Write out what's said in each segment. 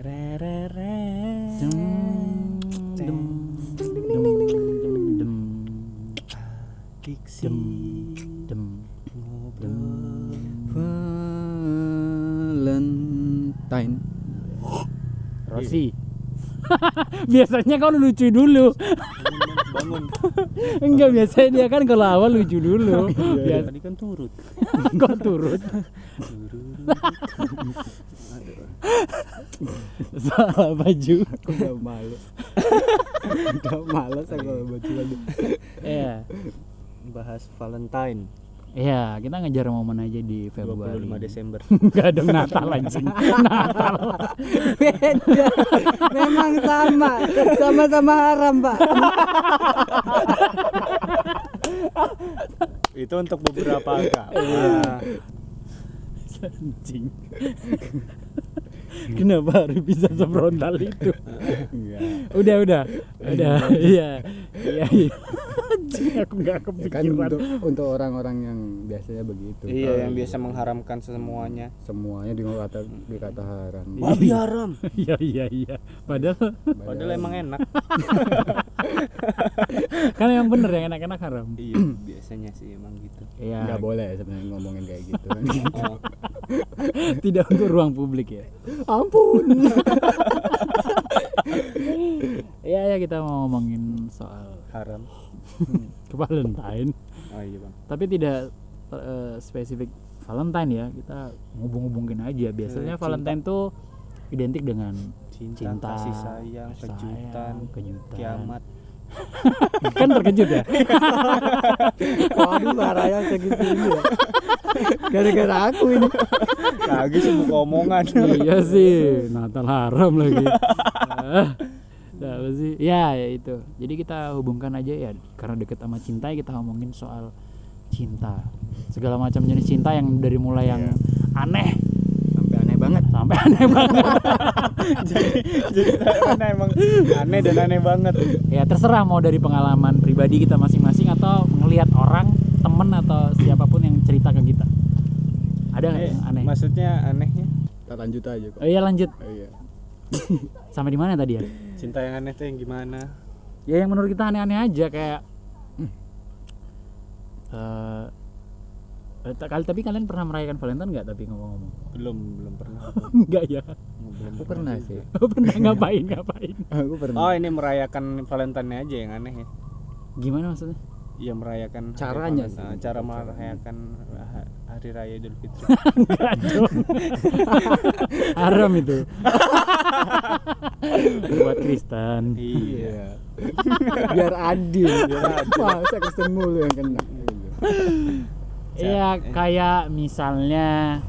Diksi Valentine. Rossi. Biasanya kau lucu dulu. bangun. Enggak, biasanya dia kan kalau awal lucu dulu. Biasa tadi kan turut. Kok turut? Salah baju. Aku udah males. Udah males aku baju lagi. Iya. Bahas Valentine Iya, kita ngejar momen aja di Februari. 25 Desember. Enggak dong, Natal anjing. Natal. Beda. Memang sama. Sama-sama haram, Pak. Itu untuk beberapa agama. Anjing. Kenapa harus bisa sefrontal itu? Udah. Iya. Anjing, aku enggak Kan kepikiran. untuk orang-orang yang biasanya begitu. Iya, yang biasa mengharamkan semuanya. Semuanya dikata haram. Babi haram. Iya. Padahal emang enak. Kan yang bener yang enak-enak haram. Iya, biasanya sih emang gitu. Iya. Nggak boleh sebenarnya ngomongin kayak gitu. Oh, Tidak untuk ruang publik ya. Ampun. Iya, kita mau ngomongin soal haram. Valentine. Oh iya, Bang. Tapi tidak spesifik Valentine ya, kita ngubung-ngubungin aja. Biasanya Cinta. Valentine tuh identik dengan Cinta, kasih sayang, kejutan, kiamat. Kan terkejut ya. Waduh, marahnya segini ya. Gara-gara aku ini. Lagi buka omongan. Iya sih, Natal haram lagi. Apa sih? Ya itu. Jadi kita hubungkan aja ya, karena deket sama cinta kita ngomongin soal cinta. Segala macam jenis cinta yang dari mulai yang aneh sampai aneh banget. jadi karena emang aneh dan aneh banget. Ya terserah mau dari pengalaman pribadi kita masing-masing atau ngelihat orang, temen atau siapapun yang cerita ke kita. Ada nggak yang aneh? Maksudnya anehnya? Kita lanjut aja kok. Oh iya, lanjut. Iya. Sampai di mana tadi ya? Cinta yang aneh tuh yang gimana? Ya yang menurut kita aneh-aneh aja kayak tapi kalian pernah merayakan Valentine nggak? Tapi ngomong-ngomong. Belum pernah. Enggak ya. Aku pernah sih. Pernah ngapain? Aku pernah. Oh, ini merayakan Valentine aja yang aneh ya. Gimana maksudnya? Ya merayakan hari Caranya Valentine. sih. Cara merayakan hari raya Idul Fitri. Enggak dong. Haram itu. Buat Kristen. Iya. Biar adil. Masa Kristen mulu yang kena. Iya, kayak misalnya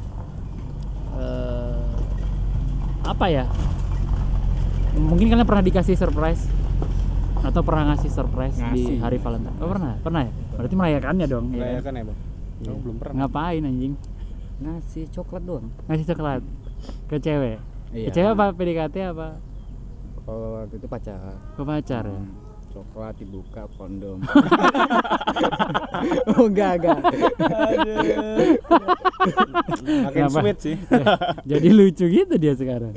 apa ya? Mungkin kalian pernah dikasih surprise atau pernah ngasih surprise di hari Valentine? Oh pernah ya? Berarti merayakannya dong. Merayakan ya, Bang? Iya. Oh, belum pernah. Ngapain anjing? Ngasih coklat doang. Ngasih coklat ke cewek? Iya. Ke cewek apa PDKT apa? Kalau waktu itu pacar. Ke pacar ya? Coklat dibuka kondom. Oh enggak. Makin Kenapa? sweet sih. Jadi lucu gitu dia sekarang.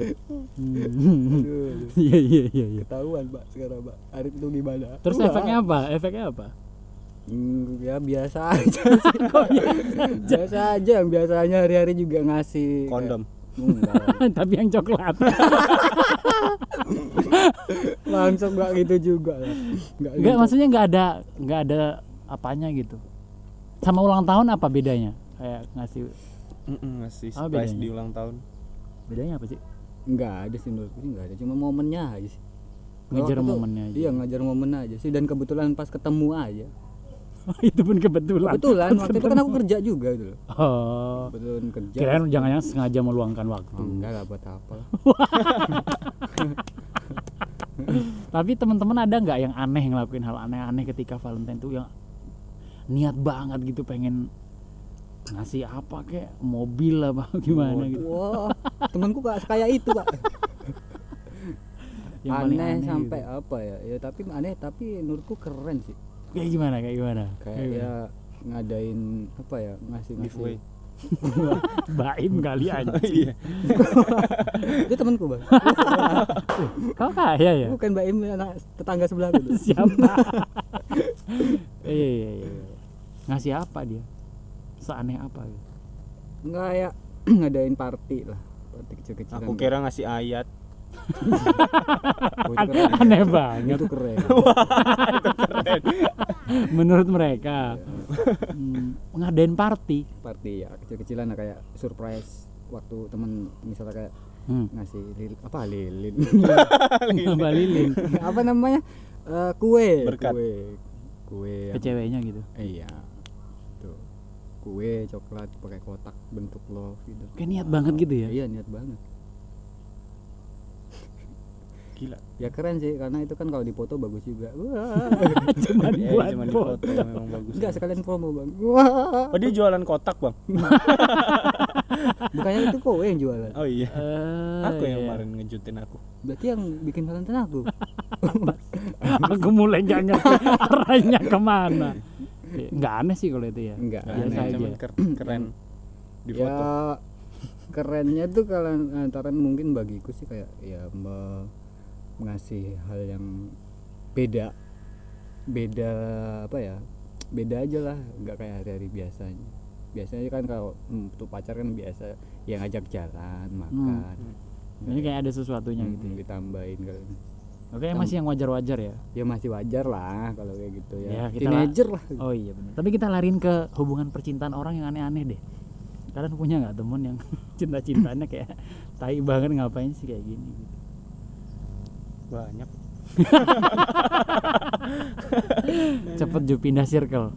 Iya. Ketahuan Pak sekarang Pak. Arif itu gimana? Terus efeknya apa? Ya biasa aja sih. Kok biasa aja. Yang biasanya hari-hari juga ngasih Kondom. Enggak. Tapi yang coklat. Langsung enggak gitu juga lah. Enggak, maksudnya enggak ada apanya gitu. Sama ulang tahun apa bedanya? Kayak ngasih Ngasih Apa surprise bedanya? di ulang tahun. bedanya apa sih? Enggak ada sih menurutku sih enggak ada. Cuma momennya aja sih. Ngejar Waktu itu- momennya aja. Iya ngajar momen aja sih. Dan kebetulan pas ketemu aja. Itu pun kebetulan. Kebetulan waktu itu kan aku kerja juga gitu loh. Oh. Kebetulan kerja. Kirain jangan-jangan sengaja meluangkan waktu. Oh, enggak lah buat apa lah. Tapi teman-teman ada nggak yang aneh ngelakuin hal aneh-aneh ketika Valentine tuh yang niat banget gitu pengen ngasih apa kek, mobil apa gimana gitu. Wah, temanku gak kayak itu Pak. Yang paling Aneh sampai gitu. apa ya? Ya tapi aneh tapi menurutku keren sih. Kayak gimana? Kayak ya ngadain apa ya? Ngasih Giveaway. Baim kali Oh, anjing. iya. Itu temanku bang. Kau kaya ya? Bukan Mbak Im, anak tetangga sebelahku tuh. Siapa? Iya. Ngasih apa dia? Seaneh apa gitu? Enggak ya, ngadain party lah, party kecil-kecilan. Aku kira ngasih ayat. Oh, itu keren. Aneh banget. Itu keren. Menurut mereka. Ngadain party. Party ya kecil-kecilan lah, kayak surprise waktu temen misalnya kayak ngasih lilin. Mbak Lilin Apa namanya? Kue. Berkat. Kue. ke ceweknya gitu. Iya. Tuh. Kue coklat pakai kotak bentuk love gitu. Kayak niat banget gitu ya. Iya, niat banget. Gila. Ya keren sih, karena itu kan kalau dipoto bagus juga. Wah. Cuman Ya, buat cuma di foto. foto memang bagus. Enggak sekalian promo, Bang. Wah. Oh, dia jualan kotak, Bang. Bukannya itu kowe yang jualan. Oh iya. Aku yang Iya. kemarin ngejutin aku. Berarti yang bikin Valentine aku. Aku mulai gak ngerti arahnya kemana. Nggak aneh sih kalau itu ya. Enggak. Biasa Aneh, aja. cuman keren di Ya foto. kerennya tuh kalau antara mungkin bagiku sih kayak ya ngasih hal yang beda apa ya, beda aja lah, nggak kayak hari-hari biasanya kan kalau untuk pacar kan biasa yang ngajak jalan makan. Ini kayak ada sesuatunya gitu. Ditambahin kalau Oke, masih yang wajar-wajar ya. ya masih wajar lah kalau kayak gitu ya, Ya, kita teenager lah. Oh iya benar. Tapi kita lariin ke hubungan percintaan orang yang aneh-aneh deh. Kalian punya nggak temen yang cinta-cintanya kayak tai banget, ngapain sih kayak gini gitu. Banyak. Cepet Ju pindah circle.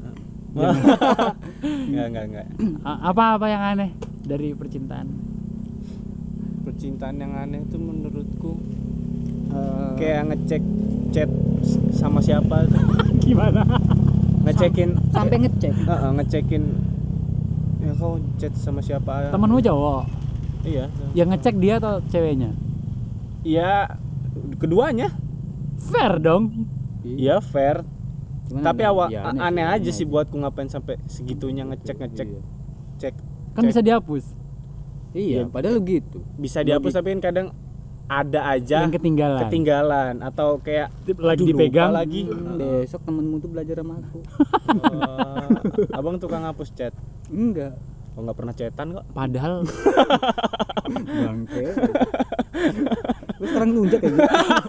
Enggak. Apa yang aneh dari percintaan? Percintaan yang aneh itu menurutku kayak ngecek chat sama siapa tuh. Gimana? Ngecekin Sampai ngecek. ngecekin ya kau chat sama siapa. Temenmu cowok Iya. yang ngecek dia atau ceweknya? Iya, keduanya. Fair dong. Iya, fair. Cuman Tapi ya aneh sih, aja sih buatku ngapain sampai segitunya ngecek Iya. cek. Kan bisa dihapus. Iya, padahal gitu. Bisa dihapus tapi kan kadang ada aja Yang ketinggalan. atau kayak Lagi "Aduh, lupa dipegang. lagi. Besok temenmu tuh belajar sama aku. Abang tukang hapus chat. Enggak. Oh, nggak pernah chatan kok. Padahal Bangke. Lu sekarang nunjuk kayak gitu.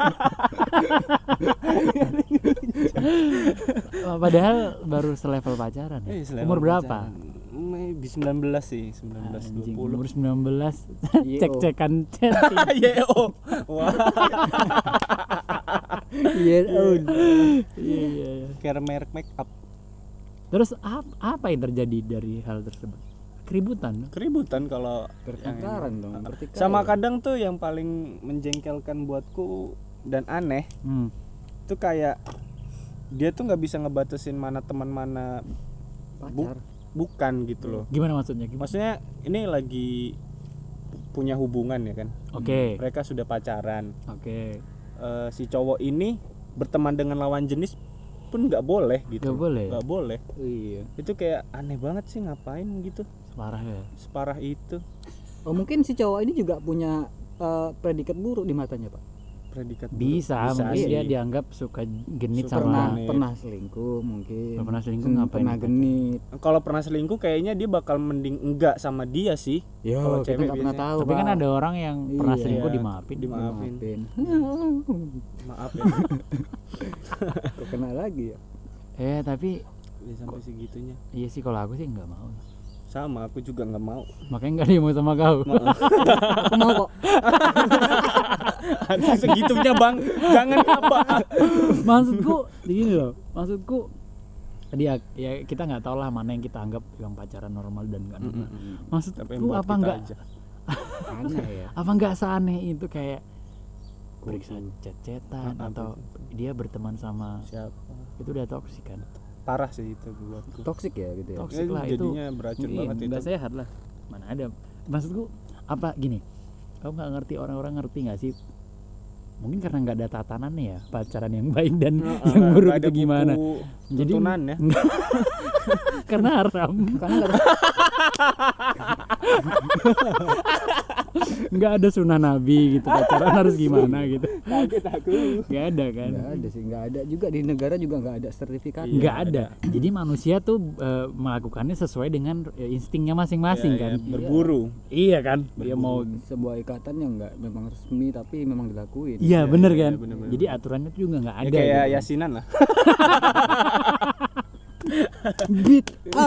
padahal baru selevel pacaran ya. Umur berapa? Maybe 19 sih, 19 Anjing, 20. umur 19 Iya, cek-cekan chat. Yo. Wah, Iya, Iya. kayak merek make up. Terus apa yang terjadi dari hal tersebut? Keributan kalau pertengkaran dong, pertikaian. sama kadang tuh yang paling menjengkelkan buatku dan aneh itu kayak dia tuh nggak bisa ngebatasin mana teman mana pacar. bukan gitu loh. Gimana maksudnya? Maksudnya ini lagi punya hubungan ya kan. Oke. Mereka sudah pacaran. Oke. Si cowok ini berteman dengan lawan jenis pun nggak boleh gitu. Nggak boleh? Nggak boleh. Iya. Itu kayak aneh banget sih, ngapain gitu. Parah ya. Separah itu. Oh, mungkin si cowok ini juga punya predikat buruk di matanya, Pak. Predikat Bisa, mungkin sih. dia dianggap suka genit Suka sama genit. Pernah selingkuh mungkin. Kalau pernah selingkuh ngapain Pernah gitu? genit. Kalau pernah selingkuh kayaknya dia bakal mending enggak sama dia sih. Yo, Kalau kita cewek nggak pernah biasanya. tahu. Tapi kan Pak. ada orang yang pernah Iya. selingkuh dimaafin. Dimaafin. Maaf ya. Kok kena lagi ya? Tapi Ya, sampai segitunya. iya sih, kalau aku sih nggak mau. Sama, aku juga nggak mau. Makanya nggak dia mau sama kau. Aku mau kok. Aduh, segitunya bang, jangan apa. Maksudku begini loh. Maksudku tadi ya kita nggak tahu lah mana yang kita anggap yang pacaran normal dan nggak normal. Tapi yang Maksudku buat apa kita nggak aja. Aneh ya. apa nggak seaneh itu kayak periksa chat-chatan Ah, atau dia berteman sama Siapa? itu udah toksik kan. Parah sih itu buatku. Toksik ya gitu ya. Toksik lah itu. Jadinya beracun banget itu. Nggak sehat lah. Mana ada. Maksudku apa gini? Kamu nggak ngerti, orang-orang ngerti nggak sih? Mungkin karena nggak ada tatanannya ya, pacaran yang baik dan yang buruk Nggak ada itu gimana. buku Jadi tuntunan ya. karena haram. Karena nggak ada Nggak ada sunnah Nabi gitu, pacaran harus gimana gitu. Kaget aku. Nggak ada kan? Nggak ada sih, nggak ada juga di negara juga nggak ada sertifikat. Iya, Nggak ada. Jadi manusia tuh melakukannya sesuai dengan instingnya masing-masing Iya, kan. iya, berburu. Iya kan? Dia mau Sebuah ikatan yang nggak memang resmi tapi memang dilakuin. iya bener iya, kan? bener-bener. Jadi aturannya tuh juga nggak Ya, ada. kayak gitu. yasinan lah. Beat.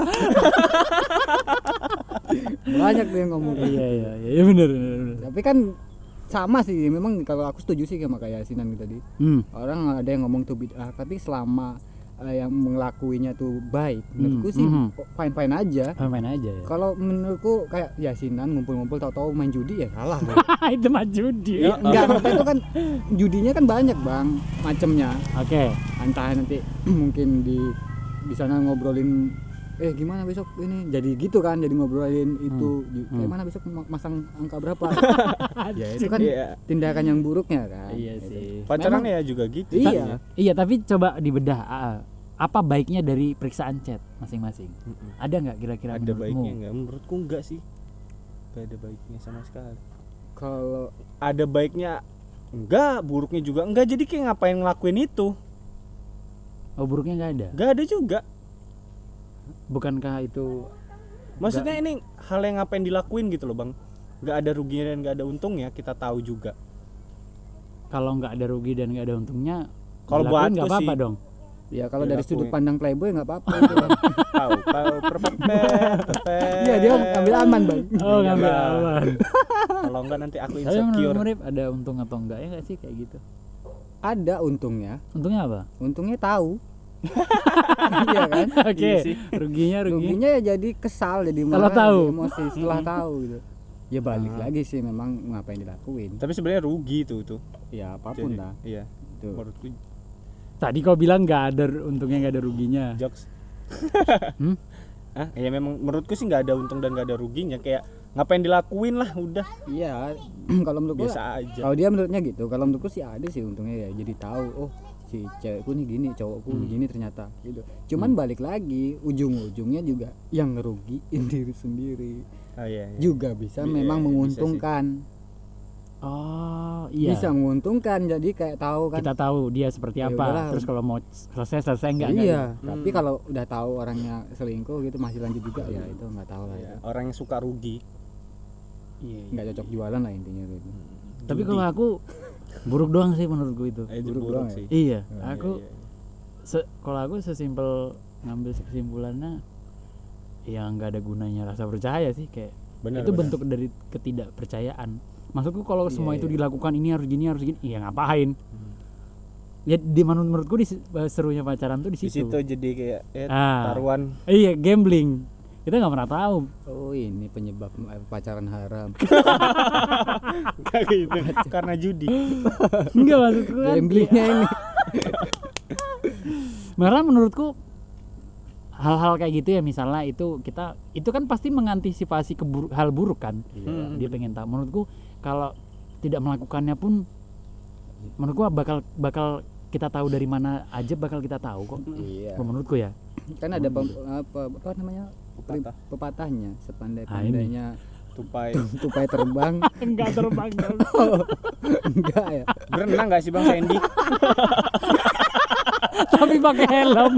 Banyak tuh yang ngomong. Iya bener. Tapi kan sama sih, memang kalau aku setuju sih sama kayak Sinan tadi. Orang ada yang ngomong tuh bid'ah, tapi selama yang ngelakuinya tuh baik, menurutku sih fine-fine aja. Main aja ya. Kalau menurutku kayak Yasinan ngumpul-ngumpul tahu-tahu main judi ya kalah. Itu mah judi. Ya, enggak, maksudnya itu kan judinya kan banyak bang macemnya. Oke. Entah nanti mungkin di sana ngobrolin gimana besok ini, jadi gitu kan, jadi ngobrolin itu kayak mana besok masang angka berapa. Ya itu kan Iya. tindakan yang buruknya kan. Iya Gitu. sih. Pacaran Memang- ya juga gitu. Iya. Iya, tapi coba dibedah apa baiknya dari periksaan chat masing-masing? Ada nggak kira-kira Ada menurutmu? baiknya enggak? Menurutku enggak sih. Enggak ada baiknya sama sekali. Kalau Ada baiknya enggak, buruknya juga enggak. Jadi kayak ngapain ngelakuin itu? Oh, buruknya nggak ada. Enggak ada juga. Bukankah itu Maksudnya ini hal yang ngapain dilakuin gitu loh, Bang. Enggak ada ruginya dan enggak ada untungnya, kita tahu juga. kalau nggak ada rugi dan nggak ada untungnya? Kalau dilakuin buatku nggak apa-apa sih- dong. ya kalau dari Dilakuin. sudut pandang playboy nggak apa-apa itu bang. Tahu perpepet. Iya dia ambil aman bang. Oh, ngambil Iya, Bang. aman. Kalau enggak nanti aku Tapi menurut insecure. Murib ada untung atau enggak ya nggak sih kayak gitu? Ada untungnya, Untungnya apa? untungnya tahu. Iya kan. Oke. Iya sih. Ruginya. Ruginya ya jadi kesal, jadi Kalau marah, tahu. jadi emosi setelah tahu gitu. Ya balik lagi sih memang ngapain dilakuin. Tapi sebenarnya rugi tuh. Ya apapun Jadi, lah. Iya. Tuh. Menurutku Tadi kau bilang nggak ada untungnya nggak ada ruginya. jokes. Hmm? Ya memang menurutku sih nggak ada untung dan nggak ada ruginya, kayak ngapain dilakuin lah, udah Iya, kalau menurutku biasa aja. kalau dia menurutnya gitu, kalau menurutku sih ada sih untungnya ya, jadi tahu oh si cewekku nih gini, cowokku gini ternyata gitu. Cuman balik lagi ujung-ujungnya juga yang ngerugiin diri sendiri Oh iya. juga bisa Iya, memang bisa menguntungkan. Oh iya. Bisa menguntungkan, jadi kayak tahu kan. Kita tahu dia seperti Ya apa. udahlah. Terus kalau mau selesai enggak? Iya, tapi kalau udah tahu orangnya selingkuh gitu masih lanjut juga ya itu nggak tahu lah Iya, ya. orang yang suka rugi. Iya. Nggak cocok jualan lah intinya gitu. Tapi kalau aku buruk doang sih menurutku itu. Itu Buruk buruk doang ya? sih. Iya, Iya, aku iya. kalau aku sesimpel ngambil kesimpulannya ya nggak ada gunanya rasa percaya sih, kayak Benar, itu benar. bentuk dari ketidakpercayaan. Maksudku kalau semua Iya, itu iya. dilakukan ini harus gini ya ngapain? Ya di menurutku serunya pacaran tuh di Di situ. situ jadi kayak Ah. taruhan. Iya, gambling. Kita nggak pernah tahu. Oh ini penyebab pacaran haram. Kayak gitu. Karena judi. Enggak, maksudku kan. Gamblingnya ini. Karena menurutku hal-hal kayak gitu ya, misalnya itu kan pasti mengantisipasi hal buruk kan. Dia pengen tahu. Menurutku kalau tidak melakukannya pun menurutku bakal kita tahu dari mana aja, bakal kita tahu kok. Iya. Kalau menurutku ya. Kan ada apa namanya? Pepatah. Pepatahnya sepandai-pandainya Tupai. tupai terbang. Enggak terbang. Enggak ya. Berenang nggak sih Bang Sandy? Tapi pakai helm.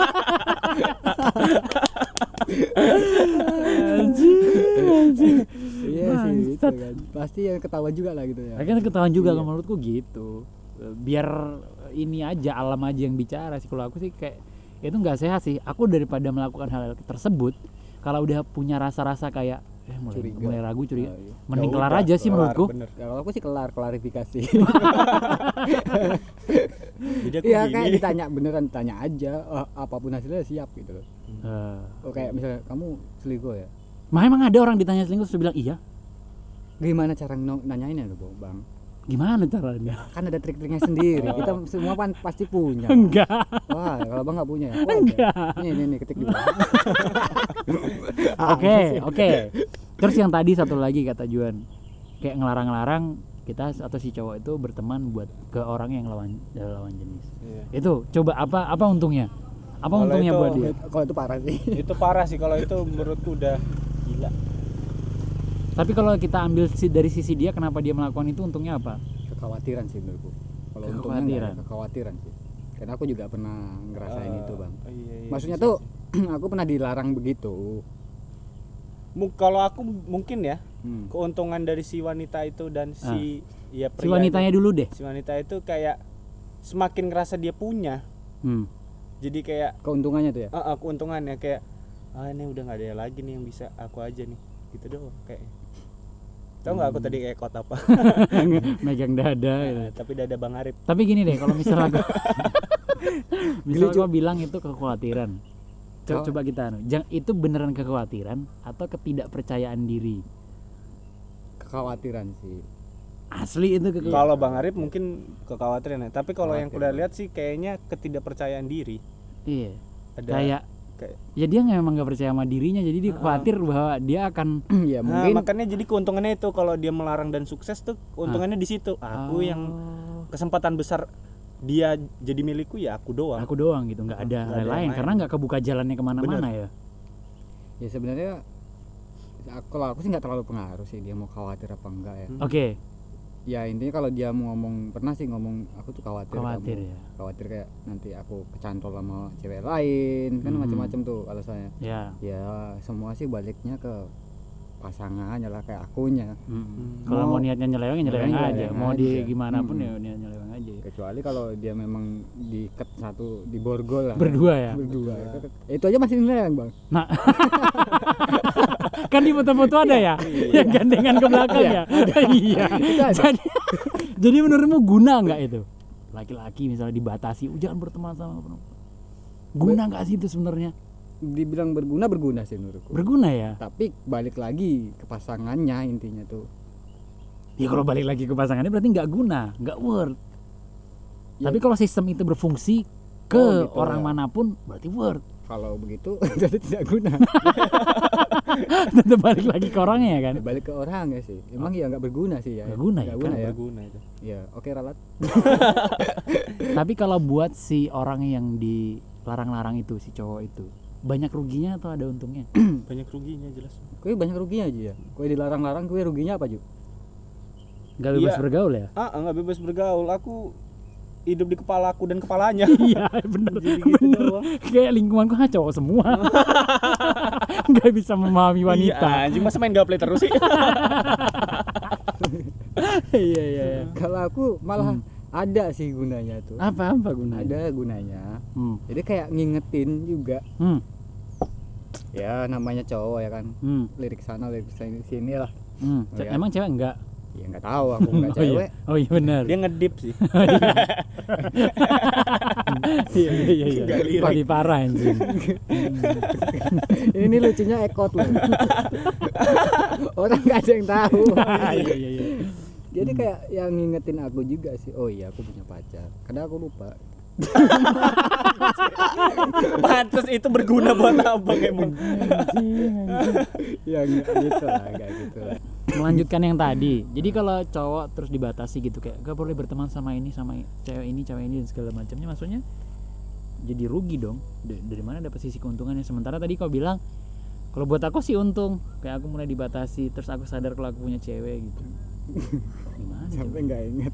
Anjing. Iya sih gitu Bangsat. kan. Pasti yang ketawa juga lah gitu ya. Akhirnya ketahuan juga Iya. kalau menurutku gitu. Biar ini aja, alam aja yang bicara sih. Kalau aku sih kayak itu nggak sehat sih. Aku daripada melakukan hal tersebut, kalau udah punya rasa-rasa kayak Curiga. mulai ragu, curiga, Oh, iya. mending Ya kelar udah, aja sih kelar, menurutku. bener. Kalau aku sih klarifikasi. Jadi aku Iya gini. kayak ditanya beneran, tanya aja apapun hasilnya siap gitu loh. Oh kayak misalnya kamu selingkuh ya. Emang ada orang ditanya selingkuh terus bilang iya? Gimana cara nanyain ya Bang? Gimana caranya? Kan ada trik-triknya sendiri. Kita semua kan pasti punya. Enggak. Wah, kalau Bang nggak punya ya. Oh, Enggak. Nih ketik di bawah. Oke. Terus yang tadi satu lagi kata Juan, kayak ngelarang-larang kita atau si cowok itu berteman buat ke orang yang lawan jenis. Iya. Itu coba apa untungnya? Apa Kalau untungnya itu- buat dia? Kalau itu parah sih. Itu parah sih, kalau itu menurutku udah gila. Tapi kalau kita ambil dari sisi dia, kenapa dia melakukan itu, untungnya apa? Kekhawatiran sih menurutku. Kalau untungnya Kekhawatiran. enggak, kekhawatiran sih. Karena aku juga pernah ngerasain itu, Bang. Iya, Maksudnya bisa tuh sih. aku pernah dilarang begitu. Kalau aku mungkin ya, Hmm. keuntungan dari si wanita itu dan si ya Si pria wanitanya itu, dulu deh. si wanita itu kayak semakin ngerasa dia punya. Jadi kayak Keuntungannya tuh ya. keuntungannya kayak ini udah nggak ada lagi nih yang bisa, aku aja nih, gitu doang kayak. Tahu nggak aku tadi kayak kot apa? Megang dada gitu. Tapi dada Bang Arif. Tapi gini deh, kalau misalnya misalnya gua bilang itu kekhawatiran. Coba kita itu beneran kekhawatiran atau ketidakpercayaan diri? Kekhawatiran sih. Asli itu Kalau Bang Arif mungkin kekhawatiran ya. Tapi kalau yang Kekhawatiran. kuda lihat sih kayaknya ketidakpercayaan diri. Iya. Ada Kayak ya dia memang nggak percaya sama dirinya, jadi dia khawatir bahwa dia akan Ya Nah, mungkin makanya jadi keuntungannya itu kalau dia melarang dan sukses tuh keuntungannya di situ. Aku yang kesempatan besar dia jadi milikku ya aku doang. aku doang gitu, nggak ada Nggak hal ada lain yang karena nggak kebuka jalannya kemana-mana ya. ya sebenarnya kalau aku sih nggak terlalu pengaruh sih dia mau khawatir apa enggak ya. Oke. Ya intinya kalau dia mau ngomong, pernah sih ngomong aku tuh khawatir Ya. khawatir kayak nanti aku kecantol sama cewek lain kan macam-macam tuh alasannya. Ya. Ya semua sih baliknya ke pasangannya lah, kayak akunya. Kalau mau niatnya nyeleweng nyeleweng aja, mau di aja. gimana pun ya niat nyeleweng aja. Kecuali kalau dia memang diikat satu di borgol lah. Berdua ya. Berdua. Itu aja masih nyeleweng, Bang. Nah, kan di foto-foto ada ya, yang gandengan ke belakang ya. Iya. Jadi menurutmu guna nggak itu? Laki-laki misalnya dibatasi, jangan berteman sama perempuan. Guna nggak sih itu sebenarnya? Dibilang berguna sih menurutku. Berguna ya. Tapi balik lagi ke pasangannya intinya tuh. Ya kalau balik lagi ke pasangannya berarti nggak guna, nggak worth. Ya, tapi kalau sistem itu berfungsi ke gitu orang ya. manapun berarti worth. Kalau begitu jadi tidak guna. Tetap balik lagi ke orangnya kan. Balik ke orang ya sih. Emang ya nggak berguna sih ya. Nggak guna ya, Nggak kan? guna ya. Berguna itu. Ya, oke ralat. Tapi kalau buat si orang yang dilarang-larang itu, si cowok itu, banyak ruginya atau ada untungnya? Banyak ruginya jelas. Kowe banyak ruginya aja ya. Kowe dilarang-larang, kowe ruginya apa, Ju? Nggak bebas Iya. bergaul ya? Nggak bebas bergaul. Aku hidup di kepalaku dan kepalanya. Iya bener. Jadi gitu Bener. doang. Kayak lingkunganku cowok semua. Nggak bisa memahami wanita. Iya, anjing masa main gaple terus sih. Iya. Kalau aku malah ada sih gunanya tuh. Apa gunanya? Ada gunanya. Hmm. Jadi kayak ngingetin juga. Hmm. Ya namanya cowok ya kan. Hmm. Lirik sana, lirik sini lah. Hmm. Oh, ya. Emang cewek enggak? Ya nggak tahu, aku nggak Oh cewek. iya. Oh iya benar. Dia ngedip sih. Iya. Nggak lirik. Paling parah anjing. Ini lucunya ekot loh. Orang nggak ada yang tahu. Iya. Jadi kayak yang ngingetin aku juga sih. Oh iya, aku punya pacar. Kadang aku lupa. Pantes itu berguna buat abang emang. Ya nggak gitu lah, nggak gitu lah. Melanjutkan yang tadi. Jadi kalau cowok terus dibatasi gitu kayak gak boleh berteman sama ini, sama cewek ini dan segala macamnya, maksudnya jadi rugi dong. Dari mana dapat sisi keuntungannya? Sementara tadi kau bilang kalau buat aku sih untung, kayak aku mulai dibatasi, terus aku sadar kalau aku punya cewek gitu. Gimana? Sampai nggak inget.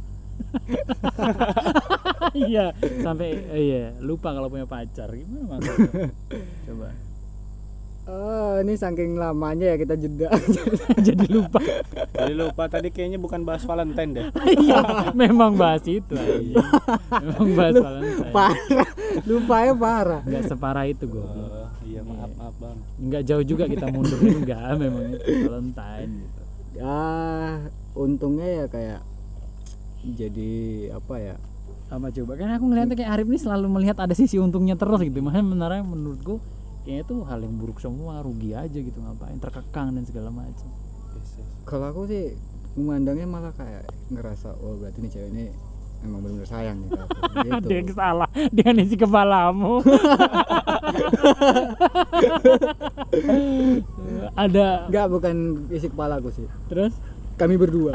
Iya, sampai lupa kalau punya pacar. Gimana maksudnya? Coba. Oh, ini saking lamanya ya kita jeda. Jadi lupa. Jadi lupa tadi kayaknya bukan bahas Valentine deh. Iya, memang bahas itu aja. Memang bahas Valentine. Parah. Lupanya parah. Enggak separah itu gue. Iya maaf bang. Enggak jauh juga kita mundurnya, enggak, memang itu Valentine gitu. Ya, untungnya ya kayak jadi apa ya? Apa coba? Karena aku ngeliatnya kayak Arif ini selalu melihat ada sisi untungnya terus gitu. Makanya sebenarnya menurutku kayaknya tuh hal yang buruk semua, rugi aja gitu, ngapain terkekang dan segala macam. Kalau aku sih memandangnya malah kayak ngerasa oh berarti nih cewek ini emang benar-benar sayang nih ke aku. Gitu. Ada yang salah dengan isi kepalamu. Ada. Enggak, bukan isi kepala aku sih. Terus? Kami berdua.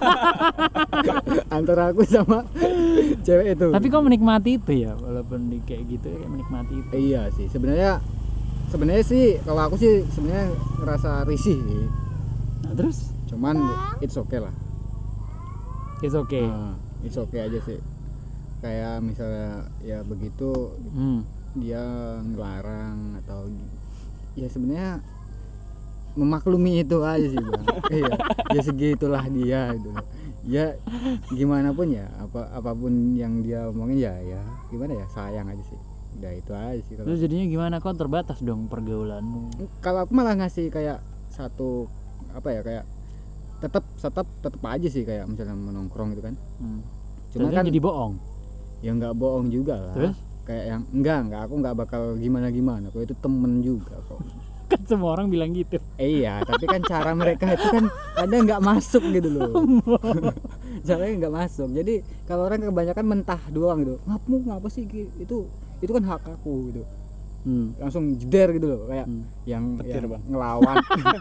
Antara aku sama cewek itu. Tapi kau menikmati itu ya, walaupun di kayak gitu kayak menikmati itu. Iya sih, sebenarnya sih kalau aku sih sebenarnya ngerasa risih sih. Nah, terus Cuman it's okay lah. it's okay. It's okay aja sih. Kayak misalnya ya begitu dia ngelarang atau ya sebenarnya memaklumi itu aja sih bang. Iya, ya segitulah dia gitu. Ya gimana pun ya, apapun yang dia omongin ya gimana ya, sayang aja sih. Udah itu aja sih. Terus jadinya gimana, kok terbatas dong pergaulanmu? Kalau aku malah ngasih kayak satu apa ya, kayak tetap aja sih, kayak misalnya menongkrong gitu kan. Cuma terus kan jadi bohong. ya nggak bohong juga lah. Terus kayak yang enggak aku nggak bakal gimana aku itu temen juga kok. kan semua orang bilang gitu. Iya, tapi kan cara mereka itu kan kadang nggak masuk gitu loh. Caranya nggak masuk. Jadi kalau orang kebanyakan mentah doang gitu, ngapa sih itu kan hak aku gitu. Langsung jeder gitu loh, kayak yang Petir, yang Bang. ngelawan.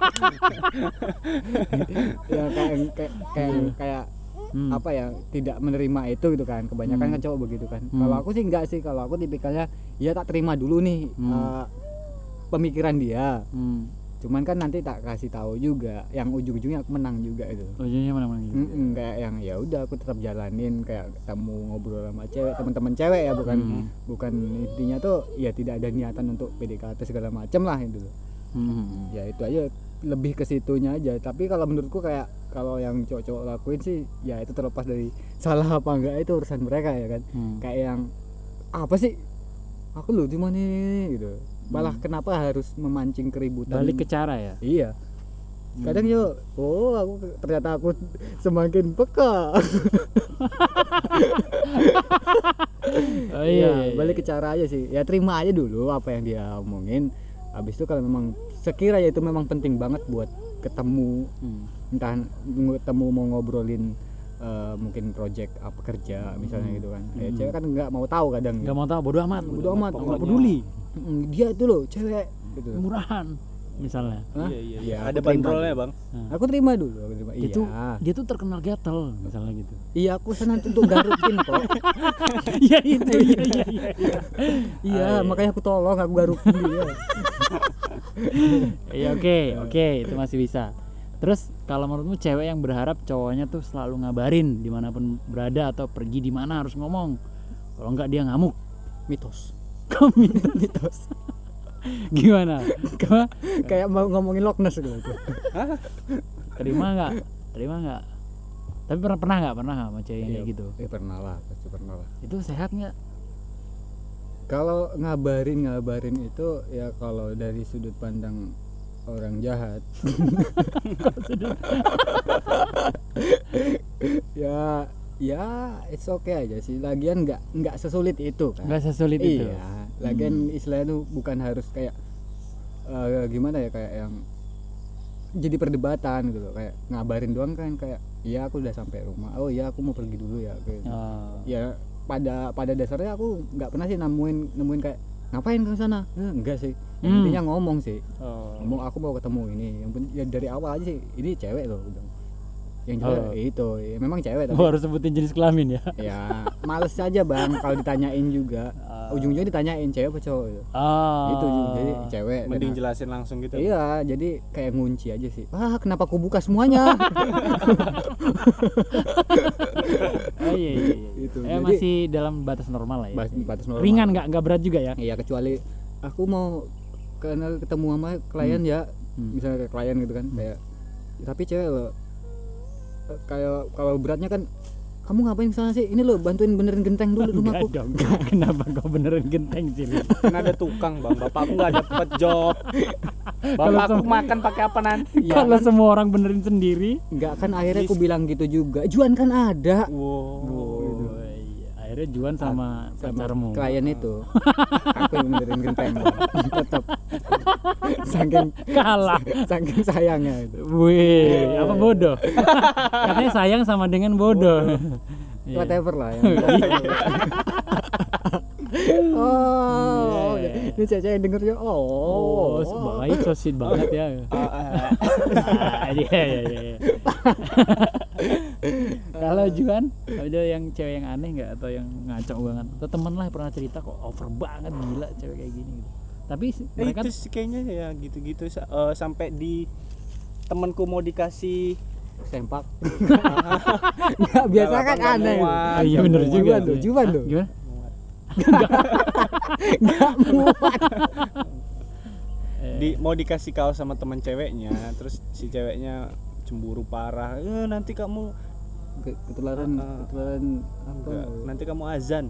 Ya kayak apa ya, tidak menerima itu gitu kan. Kebanyakan kan cowok begitu kan. Kalau aku sih enggak sih, kalau aku tipikalnya ya tak terima dulu nih pemikiran dia. Cuman kan nanti tak kasih tahu juga, yang ujung-ujungnya aku menang juga itu. Ujungnya mana-mana gitu. Kayak yang ya udah aku tetap jalanin, kayak ketemu ngobrol sama cewek, teman-teman cewek ya, bukan intinya tuh ya tidak ada niatan untuk PDKT segala macam lah itu loh. Ya itu aja, lebih ke situnya aja. Tapi kalau menurutku kayak kalau yang cowok-cowok lakuin sih ya itu terlepas dari salah apa enggak, itu urusan mereka ya kan. Kayak yang apa sih, aku loh di mana gitu, malah kenapa harus memancing keributan. Balik ke cara ya. Iya, kadang yo ternyata aku semakin peka. Oh iya, Balik ke cara aja sih, ya terima aja dulu apa yang dia omongin. Habis itu kalau memang sekiranya itu memang penting banget buat ketemu, entah ketemu mau ngobrolin mungkin project apa kerja misalnya gitu kan. Ya cewek kan nggak mau tahu kadang. Nggak mau tahu, bodo amat. Nggak peduli. Dia itu loh cewek gitu. Murahan misalnya. Hah? Iya. Iya, Ada aku terima bandrolnya, dulu. Bang. Aku terima dulu. Dia tuh terkenal gatel misalnya gitu. Iya, aku senang untuk garupin kok. Iya itu. Iya, makanya aku tolong, aku garupin dia. Iya oke, itu masih bisa. Terus kalau menurutmu cewek yang berharap cowoknya tuh selalu ngabarin dimanapun berada atau pergi di mana harus ngomong, kalau enggak dia ngamuk. Mitos. Mitos. Gimana? Kayak mau ngomongin Loch Ness gitu. Terima nggak? Tapi pernah nggak sama cewek yang kayak gitu? Pernah lah, pasti pernah lah. Itu sehat nggak? Kalau ngabarin itu ya kalau dari sudut pandang orang jahat. ya it's okay aja sih. Lagian nggak sesulit itu kan. Nggak sesulit itu. Iya. Lagian istilahnya tuh bukan harus kayak gimana ya, kayak yang jadi perdebatan gitu loh. Kayak ngabarin doang kan, kayak iya aku udah sampai rumah. Oh iya aku mau pergi dulu ya. Kayak ya pada dasarnya aku nggak pernah sih nemuin kayak ngapain ke sana. Enggak sih. Intinya ngomong sih. Ngomong aku mau ketemu ini. Yang ya dari awal aja sih, ini cewek loh udah. Yang cewek itu ya, memang cewek tapi harus sebutin jenis kelamin ya. Ya males aja bang kalau ditanyain juga. Ujung-ujungnya ditanyain cewek apa cowok gitu. Itu jadi cewek. Mending jelasin langsung gitu. Iya, jadi kayak ngunci aja sih. Kenapa aku buka semuanya? Iya. Itu. Jadi, masih dalam batas normal lah ya. Batas normal. Ringan, nggak berat juga ya. Iya, kecuali aku mau ketemu sama klien ya, misalnya ke klien gitu kan, kayak tapi cewek loh. Kayak kalau beratnya kan, kamu ngapain kesana sih? Ini loh bantuin benerin genteng dulu rumahku. Kenapa kau benerin genteng sih? Kan ada tukang bang, bapakku nggak dapet job. Bapakku makan pakai apa nanti? Kalau semua orang benerin sendiri, enggak kan akhirnya aku bilang gitu juga. Juan kan ada. Wow. Akhirnya Juan sama pacarmu. Klien itu. Aku yang benerin genteng. Tetap. Saking kalah. Saking sayangnya itu. Wih, apa bodoh? Katanya sayang sama dengan bodoh. Whatever lah ya. Ini cewek yang denger ya. Baik, so sweet banget ya. Iya. Kalau Juan, ada yang cewek yang aneh nggak atau yang ngaco banget? Atau temen lah pernah cerita kok over banget, gila cewek kayak gini gitu. Tapi mereka itu kayaknya ya gitu-gitu sampai di temanku mau dikasih sempak. Enggak biasa kan Nggak aneh. muat, Iya bener nggak juga. Juan tuh, Juan tuh. Gimana? Enggak muat. Mau dikasih kaos sama teman ceweknya, terus si ceweknya cemburu parah. Nanti kamu Ketularan apa? enggak, nanti kamu azan.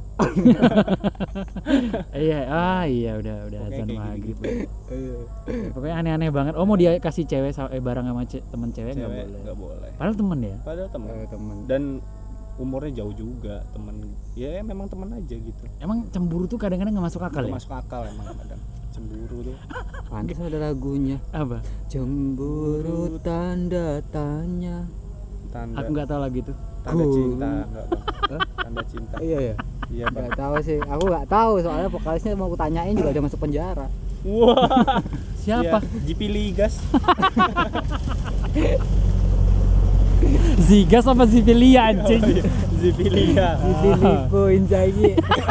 Iya udah Oke, azan kayak maghrib. Iya. Pokoknya aneh-aneh banget. Oh mau dia kasih cewek barang sama teman cewek nggak Cewek boleh. nggak boleh. Padahal temen ya. Padahal teman. Teman. Dan umurnya jauh juga, teman. Ya memang teman aja gitu. Emang cemburu tuh kadang-kadang nggak masuk akal Nggak ya? masuk akal emang kadang. Cemburu tuh. Pantes ada lagunya. Apa? Cemburu tanda tanya. Tanda Aku nggak tahu lagi tuh. tanda cinta, enggak Bang. Tanda cinta. Iya ya. Iya, Bang. Enggak tahu sih. Aku enggak tahu soalnya vokalisnya mau aku tanyain juga udah masuk penjara. Wah. Siapa? Iya, JP Ligas. Zigas apa Zivilia anjing? JP Liga. Dilipo Inzaghi.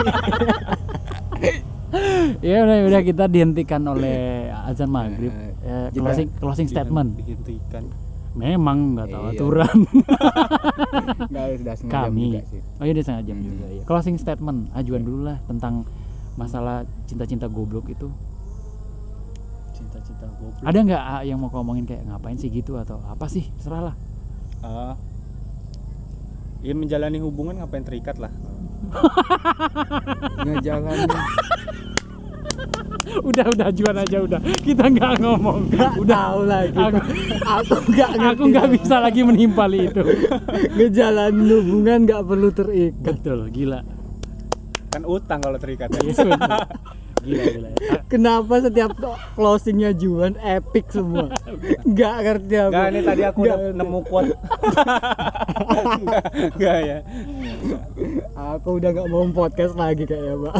Ya udah kita dihentikan oleh azan maghrib. Kita- Closing statement. Dihentikan. Memang nggak tahu Iya. aturan. Enggak sudah setengah jam Kami. juga sih. Oh iya udah setengah jam juga ya. Closing statement ajuan dulu lah tentang masalah cinta-cinta goblok itu. Cinta-cinta goblok. Ada nggak yang mau ngomongin kayak ngapain sih gitu atau apa sih? Serah lah. Ya menjalani hubungan ngapain terikat lah. Ngejalanin. Udah ajuan aja udah. Kita nggak ngomong. Udah tahu lagi. Aku nggak bisa lagi menimpali itu. Ngejalanin hubungan enggak perlu terikat. Betul, gila. Kan utang kalau terikat. Gila. Nah, Kenapa setiap closingnya Juan epic semua? Enggak ngerti aku. Enggak, ini tadi aku udah Nggak ngerti. nemu quote. Enggak ya. Aku udah nggak mau podcast lagi kayaknya, Pak.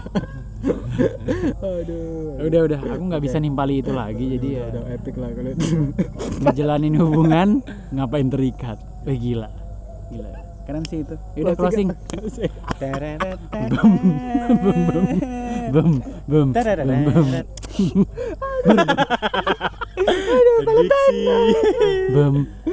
Aduh. Udah, aku nggak bisa nimpali itu lagi jadi ya. Udah epic lah kalau itu. Ngejalanin hubungan ngapain terikat. Gila. Keren sih itu. Udah closing. Bum. Prediksi. Bum.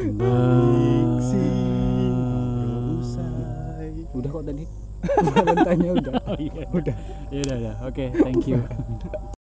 Usai. Udah kok tadi. Udah tanya udah. Ya udah. Oke, thank you.